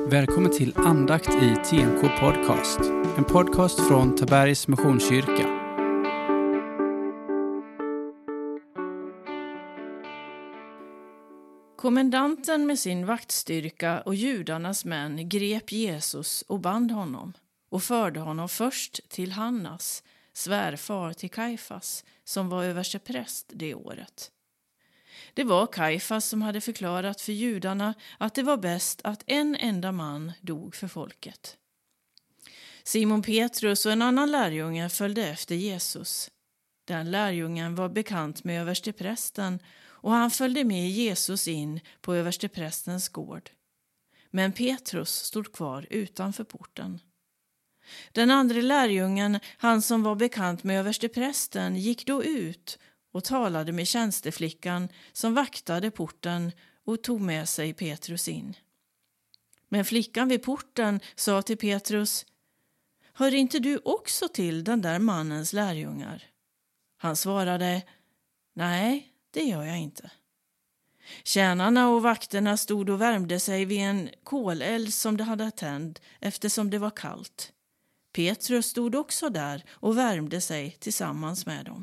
Välkommen till andakt i TNK Podcast. En podcast från Tabergs Missionskyrka. Kommendanten med sin vaktstyrka och judarnas män grep Jesus och band honom och förde honom först till Hannas, svärfar till Kajfas, som var överstepräst det året. Det var Kajfas som hade förklarat för judarna att det var bäst att en enda man dog för folket. Simon Petrus och en annan lärjunge följde efter Jesus. Den lärjungen var bekant med översteprästen och han följde med Jesus in på översteprästens gård. Men Petrus stod kvar utanför porten. Den andra lärjungen, han som var bekant med översteprästen, gick då ut och talade med tjänsteflickan som vaktade porten och tog med sig Petrus in. Men flickan vid porten sa till Petrus: "Hör inte du också till den där mannens lärjungar?" Han svarade: "Nej, det gör jag inte." Tjänarna och vakterna stod och värmde sig vid en koleld som de hade tänd eftersom det var kallt. Petrus stod också där och värmde sig tillsammans med dem.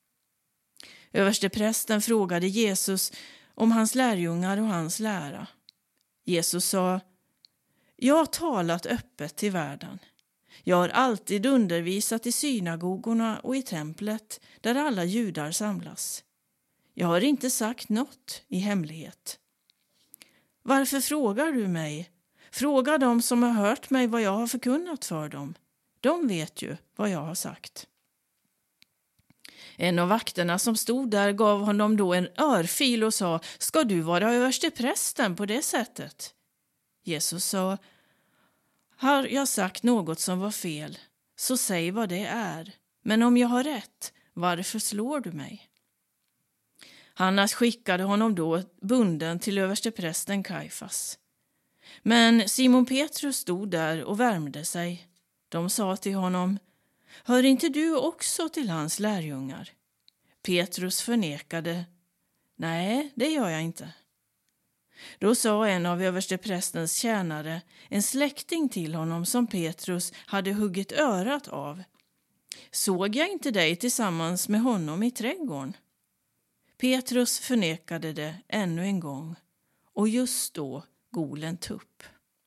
Översteprästen frågade Jesus om hans lärjungar och hans lära. Jesus sa: "Jag har talat öppet till världen. Jag har alltid undervisat i synagogorna och i templet där alla judar samlas. Jag har inte sagt något i hemlighet. Varför frågar du mig? Fråga dem som har hört mig vad jag har förkunnat för dem. De vet ju vad jag har sagt." En av vakterna som stod där gav honom då en örfil och sa: "Ska du vara översteprästen på det sättet?" Jesus sa: "Har jag sagt något som var fel, så säg vad det är. Men om jag har rätt, varför slår du mig?" Hannas skickade honom då bunden till översteprästen Kajfas. Men Simon Petrus stod där och värmde sig. De sa till honom: "Hör inte du också till hans lärjungar?" Petrus förnekade: "Nej, det gör jag inte." Då sa en av översteprästens tjänare, en släkting till honom som Petrus hade huggit örat av: "Såg jag inte dig tillsammans med honom i trädgården?" Petrus förnekade det ännu en gång, och just då gol en tupp.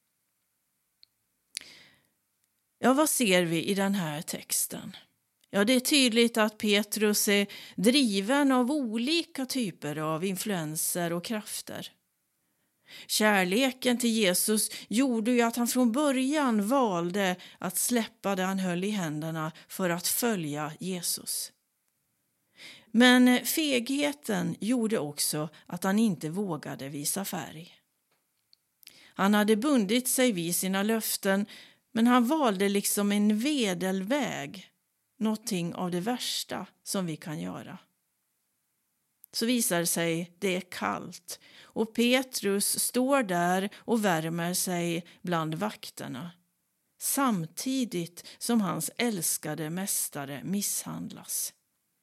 Ja, vad ser vi i den här texten? Ja, det är tydligt att Petrus är driven av olika typer av influenser och krafter. Kärleken till Jesus gjorde ju att han från början valde att släppa det han höll i händerna för att följa Jesus. Men fegheten gjorde också att han inte vågade visa färg. Han hade bundit sig vid sina löften, men han valde liksom en vedelväg, någonting av det värsta som vi kan göra. Så visar sig det är kallt och Petrus står där och värmer sig bland vakterna, samtidigt som hans älskade mästare misshandlas.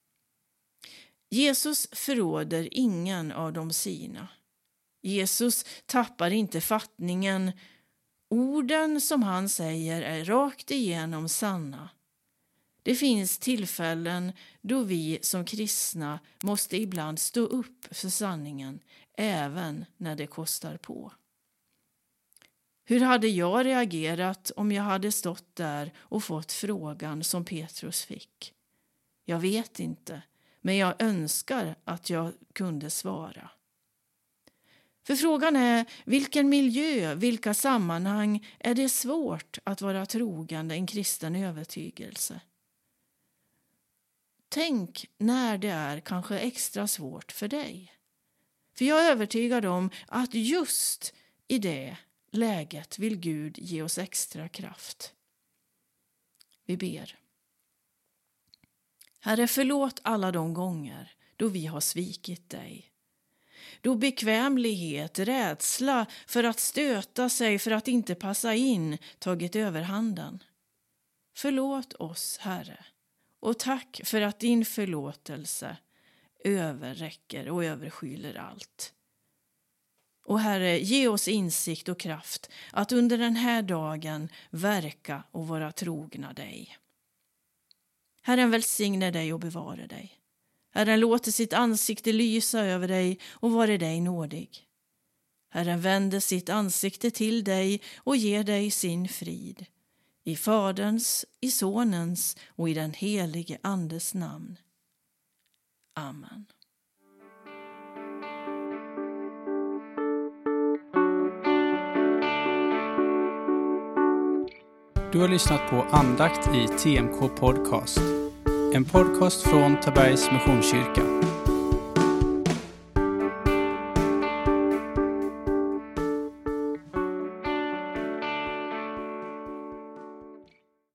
Jesus förråder ingen av de sina. Jesus tappar inte fattningen. Orden som han säger är rakt igenom sanna. Det finns tillfällen då vi som kristna måste ibland stå upp för sanningen, även när det kostar på. Hur hade jag reagerat om jag hade stått där och fått frågan som Petrus fick? Jag vet inte, men jag önskar att jag kunde svara. För frågan är, vilken miljö, vilka sammanhang är det svårt att vara trogen en kristen övertygelse? Tänk när det är kanske extra svårt för dig. För jag är övertygad om att just i det läget vill Gud ge oss extra kraft. Vi ber. Herre, förlåt alla de gånger då vi har svikit dig. Då bekvämlighet, rädsla för att stöta sig, för att inte passa in, tagit överhanden. Förlåt oss, Herre, och tack för att din förlåtelse överräcker och överskyler allt. Och Herre, ge oss insikt och kraft att under den här dagen verka och vara trogna dig. Herren välsigne dig och bevara dig. Herren låter sitt ansikte lysa över dig och vare dig nådig. Herren vänder sitt ansikte till dig och ger dig sin frid. I Faderns, i Sonens och i den helige Andes namn. Amen. Du har lyssnat på andakt i TMK Podcast. En podcast från Tabergs Missionskyrka.